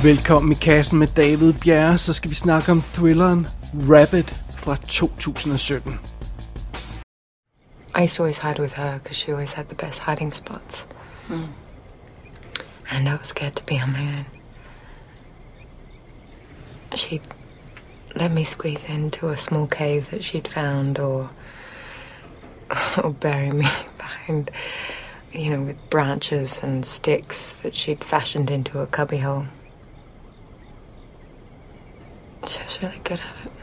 Velkommen i kassen med David Bjerre, så skal vi snakke om thrilleren Rabbit fra 2017. I used to always hide with her because she always had the best hiding spots. And I was scared to be on my own. She'd let me squeeze into a small cave that she'd found or bury me behind, with branches and sticks that she'd fashioned into a cubbyhole. She was really good at it.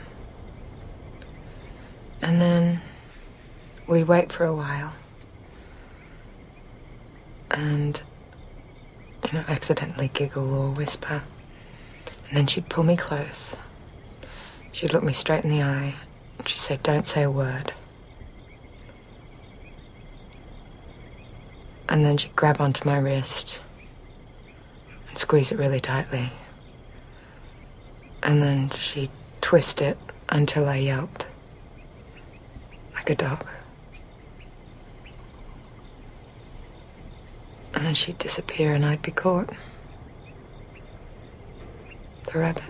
And then we'd wait for a while. And, accidentally giggle or whisper. And then she'd pull me close. She'd look me straight in the eye. And she'd say, "Don't say a word." And then she'd grab onto my wrist and squeeze it really tightly. And then she'd twist it until I yelped. Like a dog. And then she'd disappear and I'd be caught. The rabbit.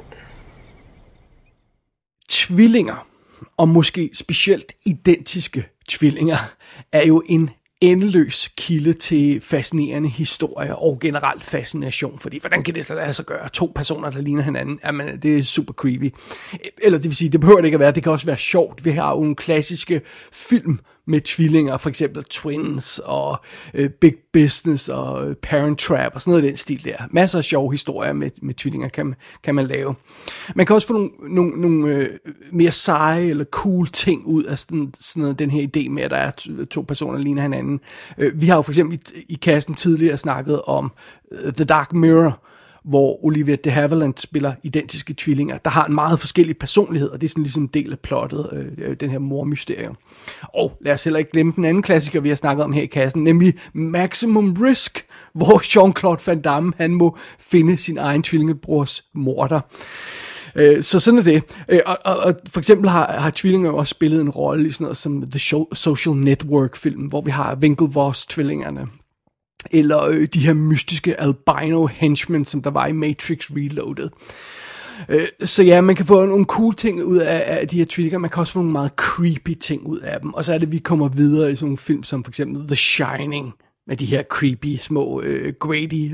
Tvillinger, og måske specielt identiske tvillinger, er jo en endeløs kilde til fascinerende historier og generelt fascination, fordi hvordan kan det lade sig gøre? To personer, der ligner hinanden, jamen, det er super creepy. Eller det vil sige, det behøver det ikke at være, det kan også være sjovt. Vi har jo nogle klassiske film med tvillinger, for eksempel Twins og Big Business og Parent Trap og sådan noget i den stil der. Masser af sjove historier med tvillinger kan man lave. Man kan også få nogle mere seje eller cool ting ud af sådan noget, den her idé med, at der er to personer, der ligner hinanden. Vi har jo for eksempel i kassen tidligere snakket om The Dark Mirror, hvor Olivia de Havilland spiller identiske tvillinger, der har en meget forskellig personlighed, og det er sådan ligesom en del af plottet, den her mormysterium. Og lad os heller ikke glemme den anden klassiker, vi har snakket om her i kassen, nemlig Maximum Risk, hvor Jean-Claude Van Damme, han må finde sin egen tvillingebrors morder. Så sådan er det. Og for eksempel har tvillinger også spillet en rolle i sådan noget som The Social Network-film, hvor vi har Winklevoss-tvillingerne. Eller de her mystiske albino henchmen, som der var i Matrix Reloaded. Så ja, man kan få nogle cool ting ud af de her tvillinger. Man kan også få nogle meget creepy ting ud af dem. Og så er det, vi kommer videre i sådan nogle film som for eksempel The Shining, med de her creepy små Grady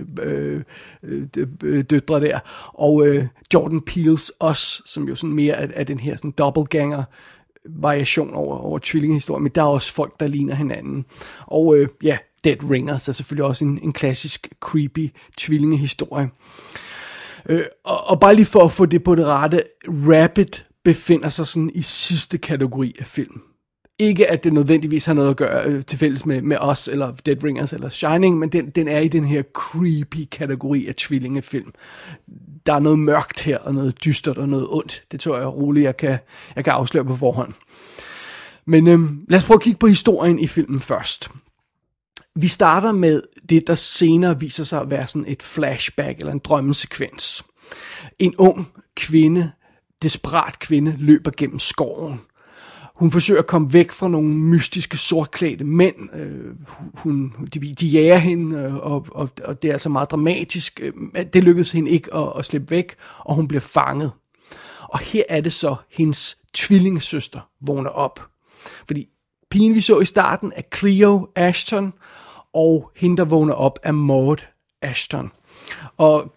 døtre der. Og Jordan Peele's Us, som jo sådan mere er den her sådan dobbeltganger variation over tvillingehistorien. Men der er også folk, der ligner hinanden. Og Dead Ringers er selvfølgelig også en klassisk creepy tvillingehistorie. Og bare lige for at få det på det rette, Rabbit befinder sig sådan i sidste kategori af film. Ikke at det nødvendigvis har noget at gøre til fælles med Us, eller Dead Ringers, eller Shining, men den er i den her creepy kategori af tvillingefilm. Der er noget mørkt her, og noget dystert, og noget ondt. Det tror jeg roligt, jeg kan afsløre på forhånd. Men lad os prøve at kigge på historien i filmen først. Vi starter med det, der senere viser sig at være sådan et flashback eller en drømmesekvens. En ung kvinde, desperat kvinde, løber gennem skoven. Hun forsøger at komme væk fra nogle mystiske sortklædte mænd. De jager hende, og det er altså meget dramatisk. Det lykkedes hende ikke at slippe væk, og hun bliver fanget. Og her er det så, hendes tvillingesøster vågner op. Fordi pigen, vi så i starten, er Cleo Ashton, og hende, der vågner op, er Maud Ashton. Og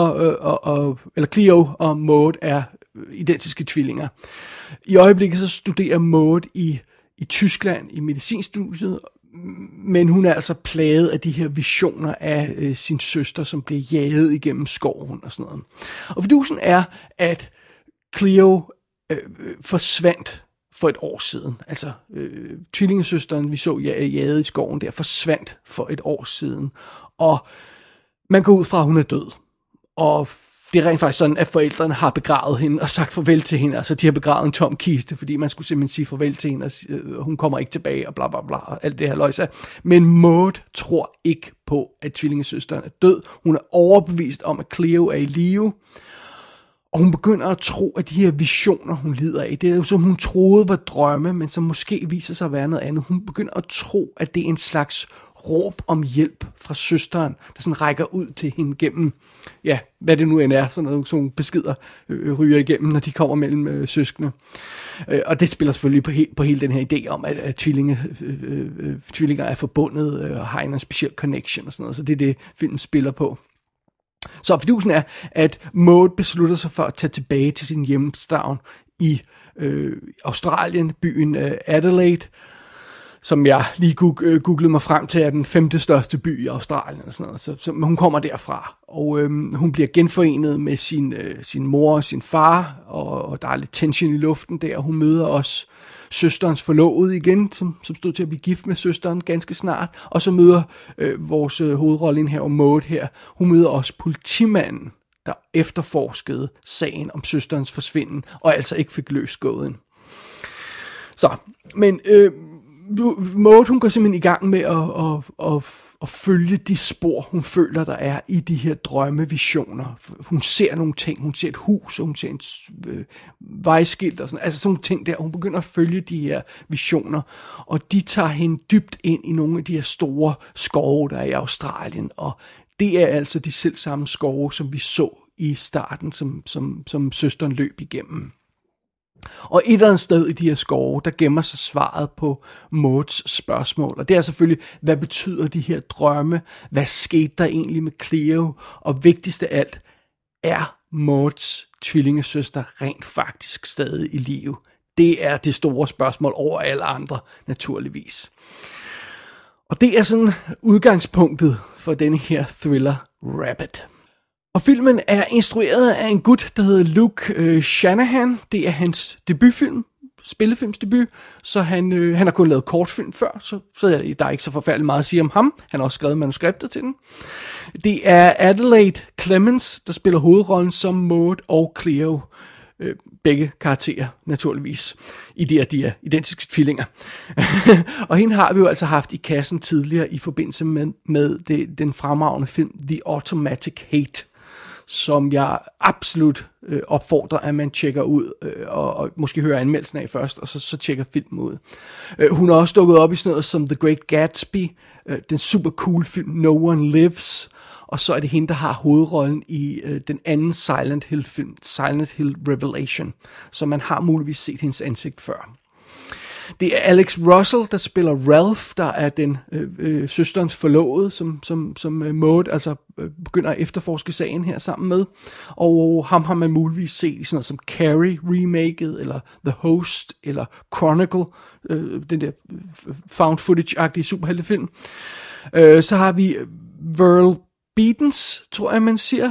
Cleo og Maud er identiske tvillinger. I øjeblikket så studerer Maud i Tyskland i medicinstudiet, men hun er altså plaget af de her visioner af sin søster, som bliver jaget igennem skoven og sådan noget. Og fordusen er, at Cleo forsvandt for et år siden. Altså tvillingesøsteren, vi så jaget i skoven der, forsvandt for et år siden. Og man går ud fra, at hun er død. Og det er rent faktisk sådan, at forældrene har begravet hende og sagt farvel til hende. Altså, de har begravet en tom kiste, fordi man skulle simpelthen sige farvel til hende, og hun kommer ikke tilbage, og bla bla bla, og alt det her løjse. Men Maud tror ikke på, at tvillingesøsteren er død. Hun er overbevist om, at Cleo er i live. Og hun begynder at tro, at de her visioner, hun lider af, det er jo som hun troede var drømme, men som måske viser sig at være noget andet. Hun begynder at tro, at det er en slags råb om hjælp fra søsteren, der sådan rækker ud til hende gennem, ja, hvad det nu end er, sådan nogle beskeder ryger igennem, når de kommer mellem søskende. Og det spiller selvfølgelig på hele den her idé om, at tvillinger er forbundet og har en speciel connection og sådan noget, så det er det, filmen spiller på. Så fidusen er, at Maud beslutter sig for at tage tilbage til sin hjemstavn i Australien, byen Adelaide, som jeg lige googlede mig frem til, er den 5. største by i Australien. Og sådan noget. Så hun kommer derfra, og hun bliver genforenet med sin mor og sin far, og der er lidt tension i luften der. Hun møder også søsterens forlovede igen, som stod til at blive gift med søsteren ganske snart, og så møder vores hovedrolle her, og Maud her, hun møder også politimanden, der efterforskede sagen om søsterens forsvinden, og altså ikke fik løst gåden. Så, men Maud, hun går simpelthen i gang med at følge de spor, hun føler, der er i de her drømmevisioner. Hun ser nogle ting, hun ser et hus, og hun ser en vejskilt og sådan, altså sådan nogle ting der. Hun begynder at følge de her visioner, og de tager hende dybt ind i nogle af de her store skove, der er i Australien, og det er altså de selv samme skove, som vi så i starten, som søsteren løb igennem. Og et eller andet sted i de her skove, der gemmer sig svaret på Mauds spørgsmål. Og det er selvfølgelig, hvad betyder de her drømme? Hvad skete der egentlig med Cleo? Og vigtigst af alt, er Mauds tvillingesøster rent faktisk stadig i live? Det er det store spørgsmål over alle andre, naturligvis. Og det er sådan udgangspunktet for denne her thriller Rabbit. Og filmen er instrueret af en gut, der hedder Luke Shanahan. Det er hans debutfilm, spillefilmsdebut, så han har kun lavet kortfilm før, så der er ikke så forfærdeligt meget at sige om ham. Han har også skrevet manuskripter til den. Det er Adelaide Clemens, der spiller hovedrollen som Maud og Cleo. Begge karakterer, naturligvis, i de er identiske tvillinger. Og hende har vi jo altså haft i kassen tidligere i forbindelse med den fremragende film The Automatic Hate, som jeg absolut opfordrer, at man tjekker ud, og måske hører anmeldelsen af først, og så tjekker filmen ud. Hun er også dukket op i sådan noget som The Great Gatsby, den super cool film No One Lives, og så er det hende, der har hovedrollen i den anden Silent Hill film, Silent Hill Revelation, så man har muligvis set hendes ansigt før. Det er Alex Russell, der spiller Ralph, der er den søsterens forlovede, som Maud altså begynder at efterforske sagen her sammen med. Og ham har man muligvis set i sådan noget som Carrie-remaket, eller The Host, eller Chronicle, den der found footage-agtige superheltefilm. Så har vi Verl Beatens, tror jeg man siger.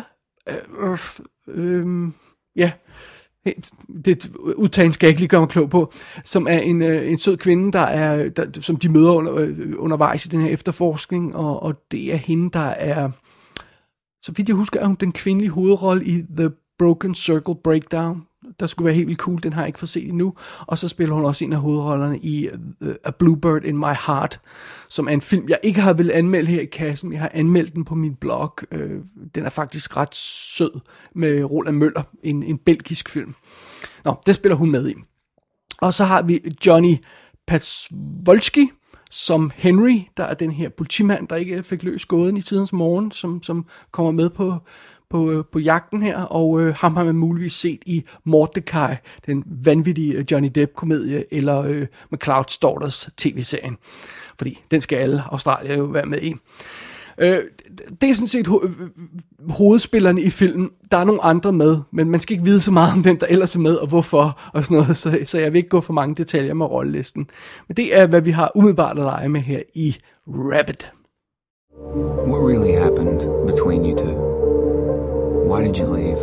Ja, det udtalen skal jeg ikke lige gøre mig klog på, som er en sød kvinde, som de møder undervejs i den her efterforskning, og det er hende, der er, så vidt jeg husker, er hun den kvindelige hovedrolle i The Broken Circle Breakdown, der skulle være helt vildt cool, den har jeg ikke fået set endnu, og så spiller hun også en af hovedrollerne i A Bluebird in My Heart, som er en film, jeg ikke har vel anmelde her i kassen, jeg har anmeldt den på min blog, den er faktisk ret sød, med Roland Møller, en belgisk film. Nå, det spiller hun med i. Og så har vi Johnny Pazwolski, som Henry, der er den her politimand, der ikke fik løst gåden i tidens morgen, som kommer med på jagten her, og ham har man muligvis set i Mordecai, den vanvittige Johnny Depp-komedie, eller McCloud's Daughters tv-serien, fordi den skal alle australier jo være med i. Det er sådan set hovedspillerne i filmen. Der er nogle andre med, men man skal ikke vide så meget om hvem der ellers er med, og hvorfor, og sådan noget, så jeg vil ikke gå for mange detaljer med rollelisten. Men det er, hvad vi har umiddelbart at lege med her i Rabbit. What really happened between you two? Why did you leave?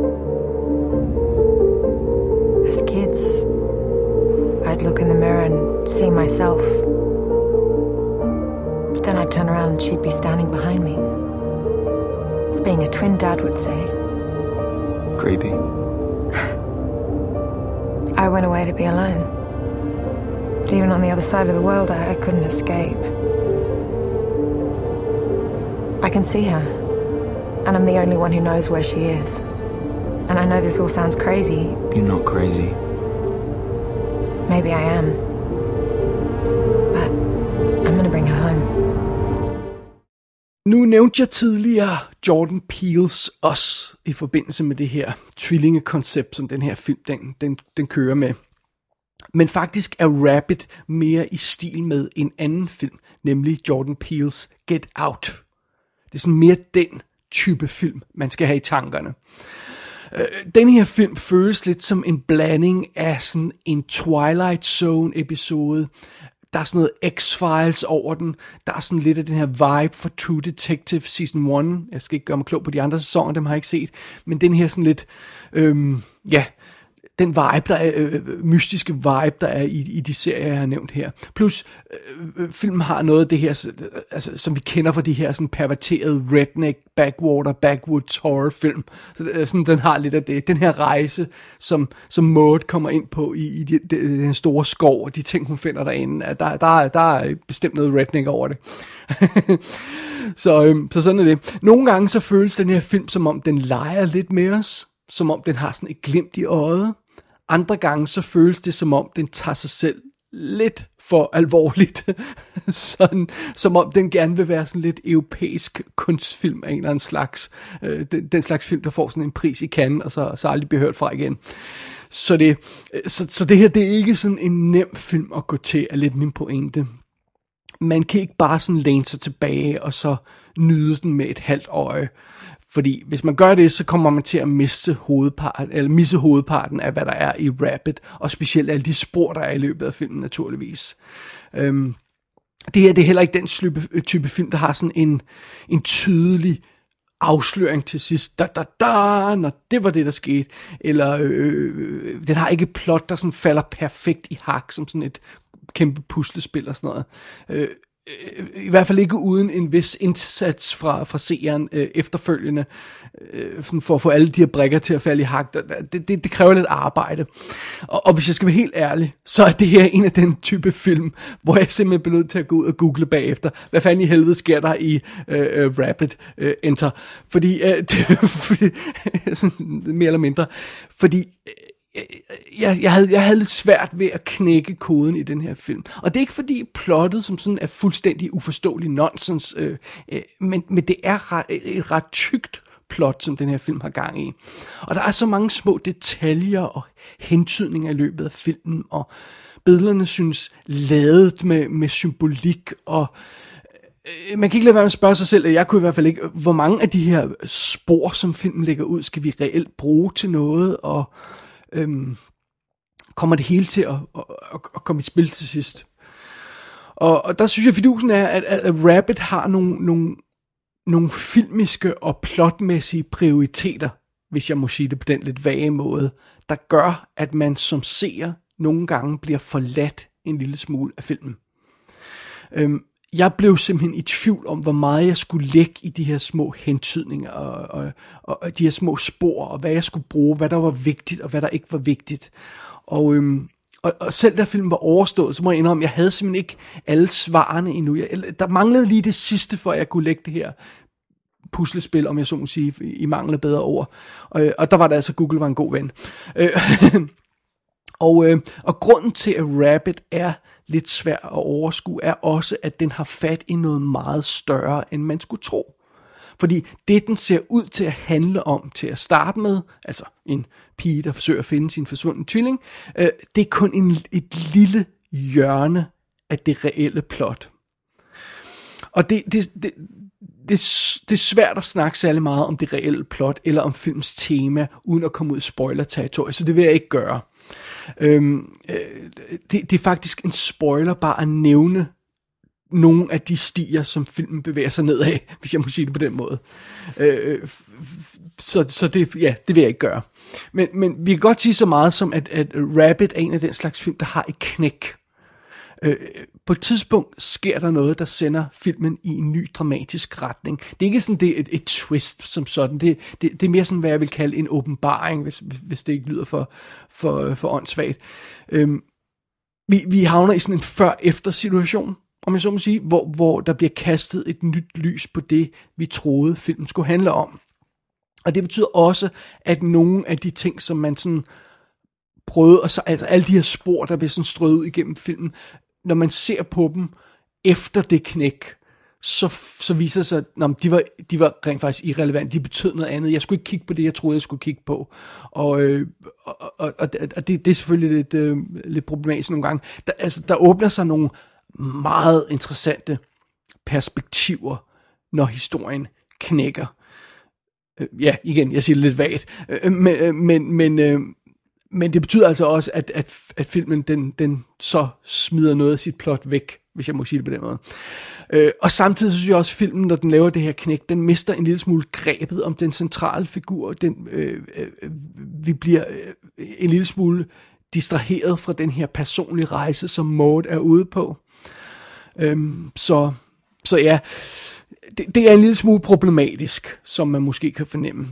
As kids, I'd look in the mirror and see myself. But then I'd turn around and she'd be standing behind me. It's being a twin, Dad would say. Creepy. I went away to be alone. But even on the other side of the world, I couldn't escape. I can see her. And I'm the only one who knows where she is. And I know this all sounds crazy. You're not crazy. Maybe I am. But I'm gonna bring her home. Nu nævnte jeg tidligere Jordan Peele's Us i forbindelse med det her tvillingekoncept, som den her film den kører med. Men faktisk er Rabbit mere i stil med en anden film, nemlig Jordan Peele's Get Out. Det er sådan mere den type film, man skal have i tankerne. Den her film føles lidt som en blanding af sådan en Twilight Zone episode. Der er sådan noget X-Files over den. Der er sådan lidt af den her vibe for True Detective Season 1. Jeg skal ikke gøre mig klog på de andre sæsoner, dem har jeg ikke set. Men den her sådan lidt, den vibe, der er, mystiske vibe, der er i de serier, jeg har nævnt her. Plus, filmen har noget af det her, altså, som vi kender fra de her sådan perverterede redneck, backwoods horrorfilm. Så sådan, den har lidt af det. Den her rejse, som Maud kommer ind på i den store skov, og de ting, hun finder derinde, der er bestemt noget redneck over det. Så sådan er det. Nogle gange så føles den her film, som om den leger lidt med os, som om den har sådan et glimt i øjet. Andre gange så føles det, som om den tager sig selv lidt for alvorligt. Sådan, som om den gerne vil være sådan lidt europæisk kunstfilm af en eller anden slags. Den slags film, der får sådan en pris i Cannes, og så aldrig bliver hørt fra igen. Så det her, det er ikke sådan en nem film at gå til, er lidt min pointe. Man kan ikke bare sådan læne sig tilbage, og så nyde den med et halvt øje. Fordi hvis man gør det, så kommer man til at misse hovedparten af, hvad der er i Rabbit, og specielt alle de spor, der er i løbet af filmen, naturligvis. Det her, det er heller ikke den type film, der har sådan en tydelig afsløring til sidst, når det var det, der skete, eller den har ikke et plot, der sådan falder perfekt i hak, som sådan et kæmpe puslespil og sådan noget. I hvert fald ikke uden en vis indsats fra seeren efterfølgende, for at få alle de her brikker til at falde i hak. Det kræver lidt arbejde. Og hvis jeg skal være helt ærlig, så er det her en af den type film, hvor jeg simpelthen bliver nødt til at gå ud og google bagefter, hvad fanden i helvede sker der i Rabbit Enter. Fordi, mere eller mindre, fordi jeg havde lidt svært ved at knække koden i den her film. Og det er ikke fordi plottet som sådan er fuldstændig uforståelig nonsens, men det er et ret tykt plot, som den her film har gang i. Og der er så mange små detaljer og hentydninger i løbet af filmen, og billederne synes ladet med symbolik, og man kan ikke lade være med at spørge sig selv, og jeg kunne i hvert fald ikke, hvor mange af de her spor, som filmen lægger ud, skal vi reelt bruge til noget, og kommer det hele til at komme i spil til sidst. Og der synes jeg, fidusen er, at Rabbit har nogle filmiske og plotmæssige prioriteter, hvis jeg må sige det på den lidt vage måde, der gør, at man som seer nogle gange bliver forladt en lille smule af filmen. Jeg blev simpelthen i tvivl om, hvor meget jeg skulle lægge i de her små hentydninger og de her små spor, og hvad jeg skulle bruge, hvad der var vigtigt, og hvad der ikke var vigtigt. Og selv da filmen var overstået, så må jeg indrømme, jeg havde simpelthen ikke alle svarene endnu. Der manglede lige det sidste, for at jeg kunne lægge det her puslespil, om jeg så må sige, i mangel af bedre ord. Og der var det altså, Google var en god ven. Og grunden til, at Rabbit er lidt svær at overskue, er også, at den har fat i noget meget større, end man skulle tro. Fordi det, den ser ud til at handle om til at starte med, altså en pige, der forsøger at finde sin forsvundne tvilling, det er kun et lille hjørne af det reelle plot. Og det er svært at snakke særlig meget om det reelle plot, eller om films tema, uden at komme ud i spoiler-territoriet, så det vil jeg ikke gøre. Det er faktisk en spoiler bare at nævne nogle af de stier, som filmen bevæger sig nedad, hvis jeg må sige det på den måde. Så det, ja, det vil jeg ikke gøre. Men vi kan godt sige så meget som, at Rabbit er en af den slags film, der har et knæk. På et tidspunkt sker der noget, der sender filmen i en ny dramatisk retning. Det er ikke sådan, det er et twist som sådan. Det er mere sådan, hvad jeg vil kalde en åbenbaring, hvis det ikke lyder for åndssvagt. Vi havner i sådan en før-efter situation, om jeg så må sige, hvor der bliver kastet et nyt lys på det, vi troede filmen skulle handle om. Og det betyder også, at nogle af de ting, som man sådan prøvede, altså alle de her spor, der bliver sådan strøget igennem filmen, når man ser på dem efter det knæk, så viser det sig, at de var rent faktisk irrelevant. De betød noget andet. Jeg skulle ikke kigge på det, jeg troede, jeg skulle kigge på. Og det er selvfølgelig lidt problematisk nogle gange. Der åbner sig nogle meget interessante perspektiver, når historien knækker. Ja, igen, jeg siger det lidt vagt. Men det betyder altså også, at filmen den så smider noget af sit plot væk, hvis jeg må sige det på den måde. Og samtidig synes jeg også, at filmen, når den laver det her knæk, den mister en lille smule grebet om den centrale figur. Vi bliver en lille smule distraheret fra den her personlige rejse, som Maud er ude på. Så ja, det er en lille smule problematisk, som man måske kan fornemme.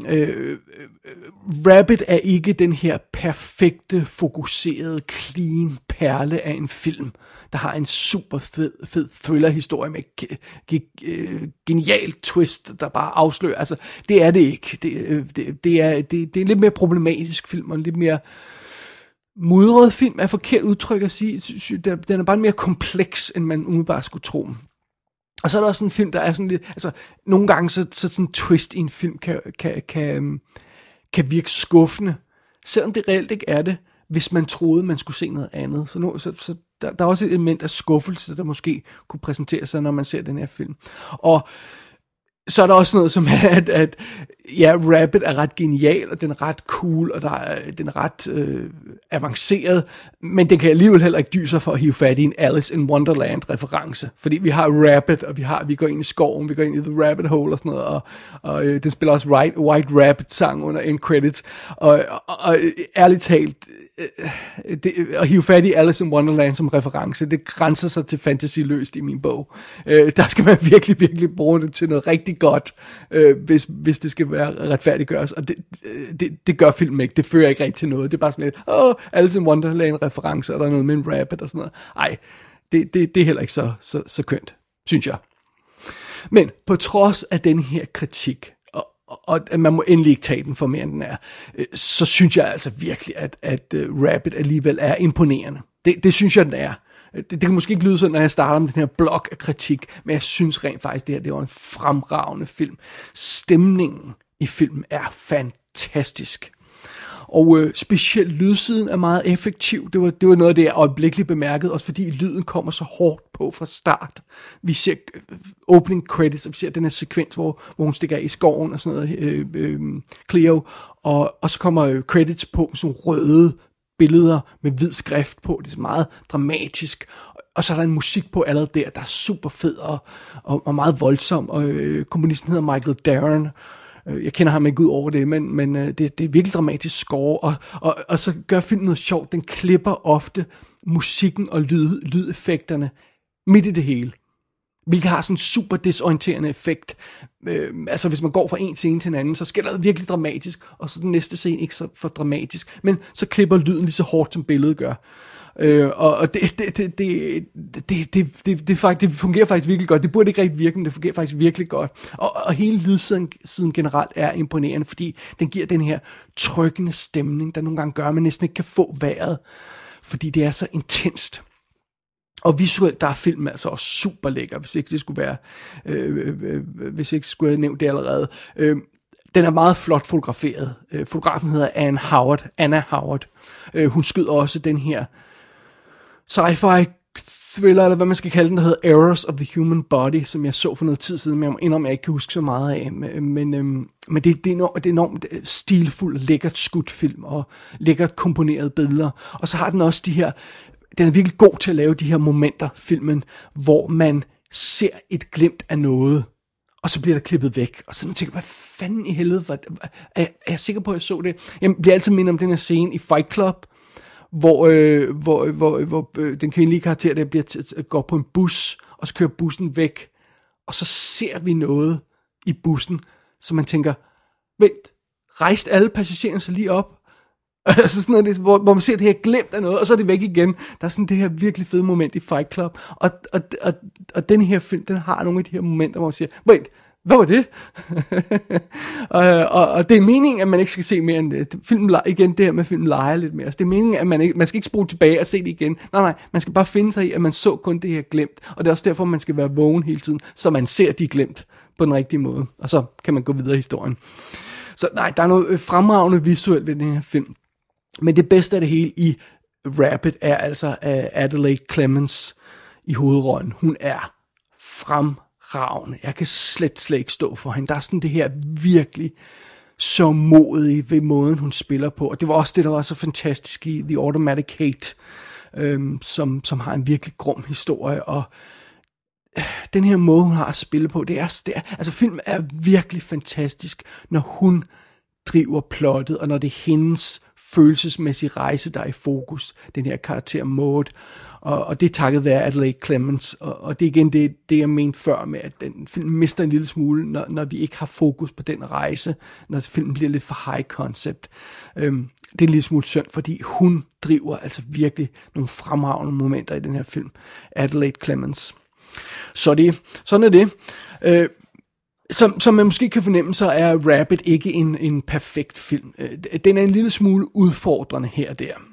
Rabbit er ikke den her perfekte, fokuserede, clean perle af en film, der har en super fed thriller-historie med genialt twist, der bare afslører. Altså, det er det ikke. Det er en lidt mere problematisk film, og en lidt mere mudret film, er forkert udtryk at sige. Den er bare mere kompleks, end man umiddelbart skulle tro. Og så er der også en film, der er sådan lidt, altså nogle gange så sådan en twist i en film kan virke skuffende, selvom det reelt ikke er det, hvis man troede, man skulle se noget andet. Så der er også et element af skuffelse, der måske kunne præsentere sig, når man ser den her film. Og så er der også noget som, at ja, Rabbit er ret genial, og den er ret cool, og den er ret avanceret, men det kan alligevel heller ikke dyse for at hive fat i en Alice in Wonderland-reference, fordi vi har Rabbit, og vi går ind i skoven, vi går ind i The Rabbit Hole og sådan noget, og den spiller også White Rabbit-sang under end credits, og ærligt talt, at hive fat i Alice in Wonderland som reference, det grænser sig til fantasy-løst i min bog. Der skal man virkelig, virkelig bruge det til noget rigtig godt, hvis det skal være retfærdiggøres, og det gør filmen ikke. Det fører ikke rigtig til noget. Det er bare sådan lidt, Alice in Wonderland referencer, og der er noget med en rabbit og sådan noget. Ej, det er heller ikke så kønt, synes jeg. Men på trods af den her kritik, og man må endelig ikke tage den for mere end den er, så synes jeg altså virkelig, at Rabbit alligevel er imponerende. Det synes jeg, den er. Det kan måske ikke lyde sådan, når jeg starter med den her blok af kritik, men jeg synes rent faktisk, det var en fremragende film. Stemningen i filmen er fantastisk. Og specielt lydsiden er meget effektiv. Det var noget af det, jeg øjeblikkeligt bemærkede, også fordi lyden kommer så hårdt på fra start. Vi ser opening credits, og vi ser den her sekvens, hvor hun stikker i skoven og sådan noget, Cleo, og så kommer credits på med sådan røde billeder med hvid skrift på. Det er meget dramatisk. Og så er der en musik på allerede der er super fed og meget voldsom. Og komponisten hedder Michael Darren. Jeg kender ham ikke ud over det, men det er virkelig dramatisk score. Og så gør filmen noget sjovt. Den klipper ofte musikken og lydeffekterne midt i det hele. Hvilket har sådan en super desorienterende effekt. Altså hvis man går fra en scene til en anden, så sker det virkelig dramatisk, og så den næste scene ikke så for dramatisk. Men så klipper lyden lige så hårdt, som billedet gør. Og det fungerer faktisk virkelig godt. Det burde ikke rigtig virke, men det fungerer faktisk virkelig godt. Og hele lydsiden generelt er imponerende, fordi den giver den her trykkende stemning, der nogle gange gør, at man næsten ikke kan få vejret, fordi det er så intenst. Og visuelt, der er filmen altså også super lækker, hvis ikke det skulle være, hvis ikke skulle have nævnt det allerede. Den er meget flot fotograferet. Fotografen hedder Anna Howard. Hun skød også den her sci-fi thriller, eller hvad man skal kalde den, der hedder Errors of the Human Body, som jeg så for noget tid siden, men jeg må indrømme, jeg ikke kan huske så meget af. Men det er enormt stilfuld, lækkert skudt film, og lækkert komponerede billeder. Og så har den også den er virkelig god til at lave de her momenter, filmen, hvor man ser et glimt af noget, og så bliver der klippet væk. Og så man tænker, hvad fanden i helvede, er jeg sikker på, at jeg så det? Jeg bliver altid mindet om den her scene i Fight Club, hvor den kvindelige karakter der går på en bus, og så kører bussen væk, og så ser vi noget i bussen, så man tænker, vent, rejste alle passagererne sig lige op? Altså sådan noget, hvor man ser det her glimt af noget, og så er det væk igen. Der er sådan det her virkelig fede moment i Fight Club, og den her film, den har nogle af de her momenter, hvor man siger, wait, Hvad var det? og det er meningen, at man ikke skal se mere end det. Filmen, igen det her med filmen leger lidt mere. Så det er meningen, at man skal ikke spole tilbage og se det igen. Nej, man skal bare finde sig i, at man så kun det her glemt. Og det er også derfor, man skal være vågen hele tiden, så man ser de glemt på den rigtige måde. Og så kan man gå videre i historien. Så nej, der er noget fremragende visuelt ved den her film. Men det bedste af det hele i Rabid er altså Adelaide Clemens i hovedrollen. Hun er fremragende. Jeg kan slet ikke stå for hende. Der er sådan det her virkelig så modige ved måden, hun spiller på. Og det var også det, der var så fantastisk i The Automatic Hate, som har en virkelig grum historie. Og den her måde, hun har at spille på, altså filmen er virkelig fantastisk, når hun driver plottet, og når det er hendes følelsesmæssige rejse, der er i fokus, den her karakter Maud, og det er takket være Adelaide Clemens, og det er igen det jeg mente før med, at den film mister en lille smule, når vi ikke har fokus på den rejse, når filmen bliver lidt for high concept. Det er en lille smule synd, fordi hun driver altså virkelig nogle fremragende momenter i den her film, Adelaide Clemens. Sådan er det. Som man måske kan fornemme, så er Rabid ikke en perfekt film. Den er en lille smule udfordrende her og der.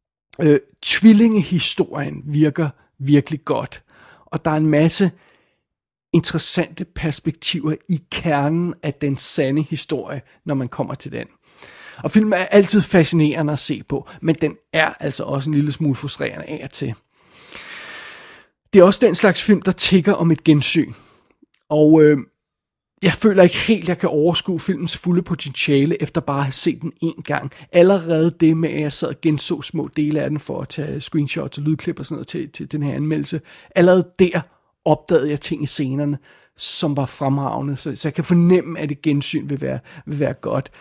Tvillingehistorien virker virkelig godt, og der er en masse interessante perspektiver i kernen af den sande historie, når man kommer til den. Og filmen er altid fascinerende at se på, men den er altså også en lille smule frustrerende af og til. Det er også den slags film, der tigger om et gensyn. Og jeg føler ikke helt, jeg kan overskue filmens fulde potentiale, efter bare at have set den en gang. Allerede det med, at jeg sad og genså små dele af den, for at tage screenshots og lydklip og sådan noget til den her anmeldelse. Allerede der opdagede jeg ting i scenerne, som var fremragende. Så jeg kan fornemme, at et gensyn vil være godt.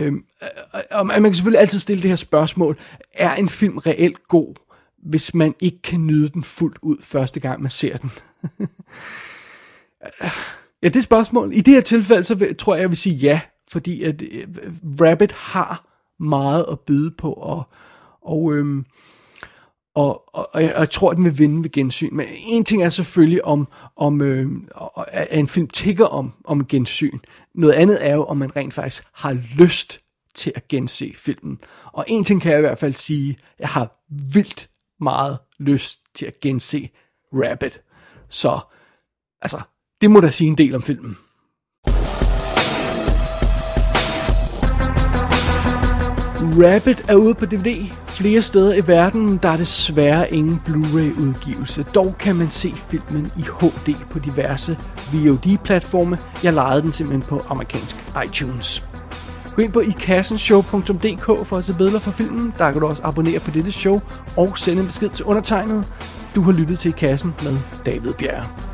Og man kan selvfølgelig altid stille det her spørgsmål. Er en film reelt god, hvis man ikke kan nyde den fuldt ud første gang, man ser den? Ja, det er spørgsmål. I det her tilfælde, så tror jeg vil sige ja, fordi at Rabid har meget at byde på, og jeg tror, at den vil vinde ved gensyn. Men en ting er selvfølgelig, om en film tigger om gensyn. Noget andet er jo, om man rent faktisk har lyst til at gense filmen. Og en ting kan jeg i hvert fald sige, jeg har vildt meget lyst til at gense Rabid. Så, altså, det må da sige en del om filmen. Rabid er ude på DVD flere steder i verden. Der er desværre ingen Blu-ray udgivelse. Dog kan man se filmen i HD på diverse VOD-platforme. Jeg lejede den simpelthen på amerikansk iTunes. Gå ind på ikassenshow.dk for at se billeder fra filmen. Der kan du også abonnere på dette show og sende en besked til undertegnet. Du har lyttet til I Kassen med David Bjerre.